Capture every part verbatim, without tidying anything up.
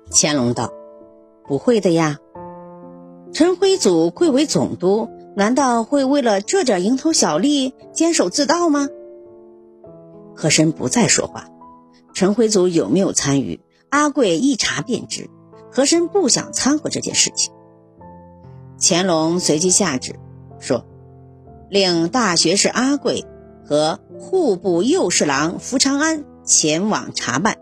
乾隆道：不会的呀，陈辉祖贵为总督，难道会为了这点蝇头小利坚守自盗吗？和珅不再说话。陈辉祖有没有参与，阿贵一查便知，和珅不想掺和这件事情。乾隆随即下旨说，令大学士阿贵和户部右侍郎福长安前往查办。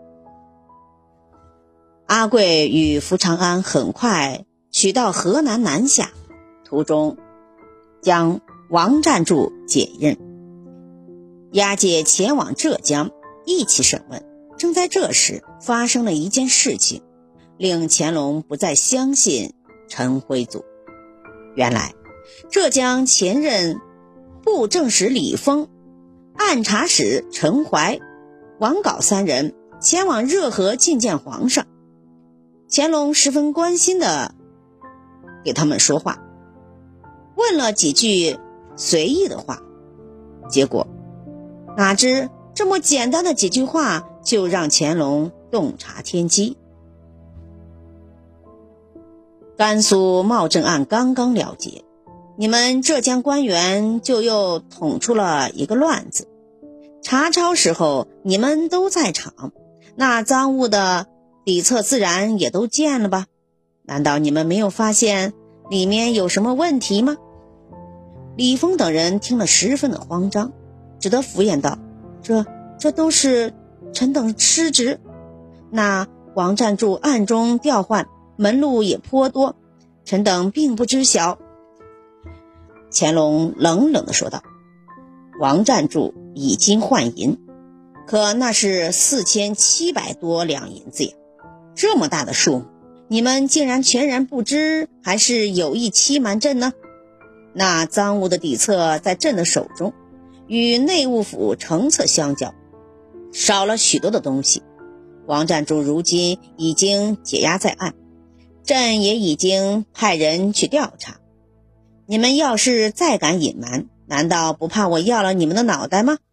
阿贵与福长安很快取到河南南下，途中将王占柱解任，押解前往浙江一起审问。正在这时，发生了一件事情，令乾隆不再相信陈辉祖。原来浙江前任布政使李丰、按察使陈怀、王杲三人前往热河觐见皇上。乾隆十分关心地给他们说话，问了几句随意的话，结果哪知这么简单的几句话就让乾隆洞察天机。甘肃茂政案刚刚了结，你们浙江官员就又捅出了一个乱子。查抄时候你们都在场，那赃物的底册自然也都见了吧？难道你们没有发现里面有什么问题吗？李丰等人听了十分的慌张，只得敷衍道：这这都是臣等失职，那王占柱暗中调换，门路也颇多，臣等并不知晓。乾隆冷冷地说道：王占柱已经换银，可那是四千七百多两银子呀，这么大的数目，你们竟然全然不知，还是有意欺瞒朕呢？那赃物的底册在朕的手中，与内务府成册相较，少了许多的东西。王占柱如今已经解押在案，朕也已经派人去调查。你们要是再敢隐瞒，难道不怕我要了你们的脑袋吗？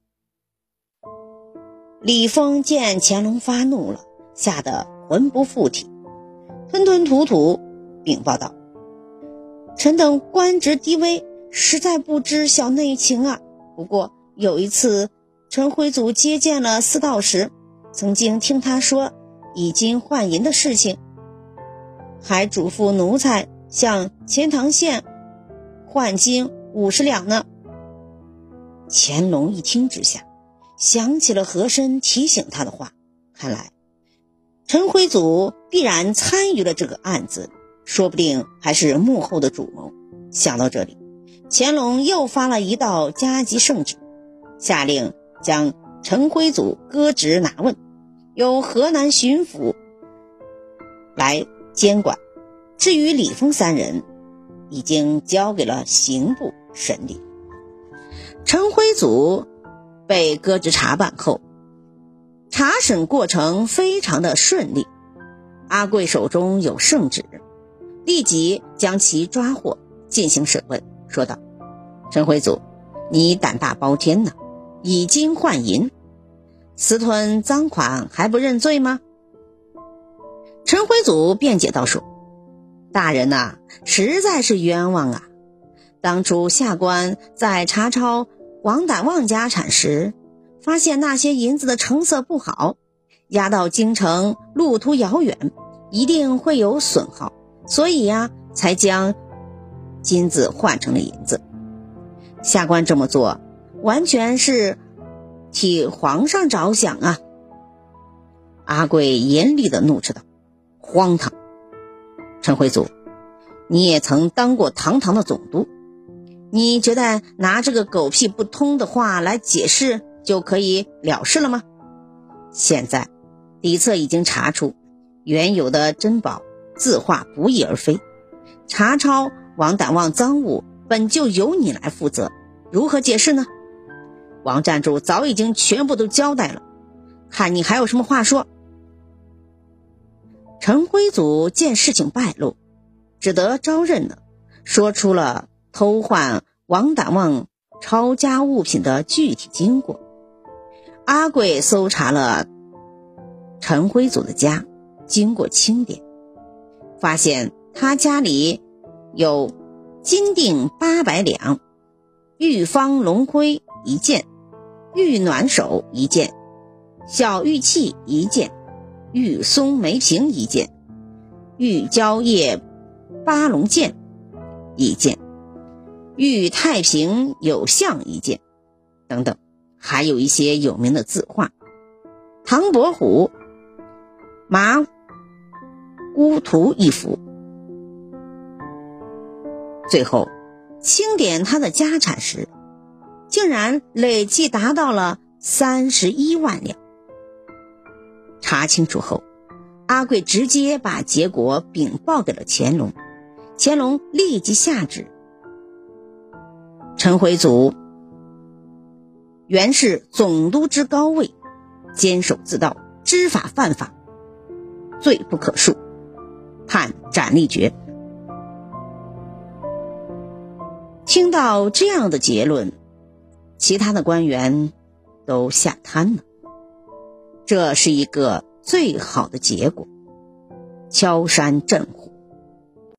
李丰见乾隆发怒了，吓得魂不附体，吞吞吐吐禀报道：臣等官职低微，实在不知晓内情啊。不过有一次陈辉祖接见了司道时，曾经听他说已经换银的事情，还嘱咐奴才向钱塘县换金五十两呢。乾隆一听之下，想起了和珅提醒他的话，看来陈辉祖必然参与了这个案子，说不定还是幕后的主谋。想到这里，乾隆又发了一道加急圣旨，下令将陈辉祖革职拿问，由河南巡抚来监管。至于李丰三人，已经交给了刑部审理。陈辉祖被革职查办后，查审过程非常的顺利。阿贵手中有圣旨，立即将其抓获进行审问，说道：陈辉祖，你胆大包天呢，已经换银，私吞赃款还不认罪吗？陈辉祖辩解道说：大人呐，实在是冤枉啊！当初下官在查抄王胆旺家产时，发现那些银子的成色不好，押到京城路途遥远，一定会有损耗，所以呀，才将金子换成了银子。下官这么做，完全是替皇上着想啊！阿贵严厉地怒斥道：荒唐！陈辉祖，你也曾当过堂堂的总督，你觉得拿这个狗屁不通的话来解释就可以了事了吗？现在底册已经查出，原有的珍宝字画不翼而飞，查抄王胆旺赃物本就由你来负责，如何解释呢？王占柱早已经全部都交代了，看你还有什么话说。陈辉祖见事情败露，只得招认了，说出了偷换王胆旺抄家物品的具体经过。阿贵搜查了陈辉祖的家， 经过清点，发现他家里有金锭八百两，玉方龙盔一件，玉暖手一件，小玉器一件，玉松梅瓶一件，玉蕉叶八龙剑一件，玉太平有象一件等等，还有一些有名的字画，唐伯虎麻姑图一幅。最后清点他的家产时，竟然累计达到了三十一万两。查清楚后，阿贵直接把结果禀报给了乾隆，乾隆立即下旨：陈辉祖原是总督之高位，坚守自盗，知法犯法，罪不可恕，判斩立决。听到这样的结论，其他的官员都吓瘫了。这是一个最好的结果，敲山震虎。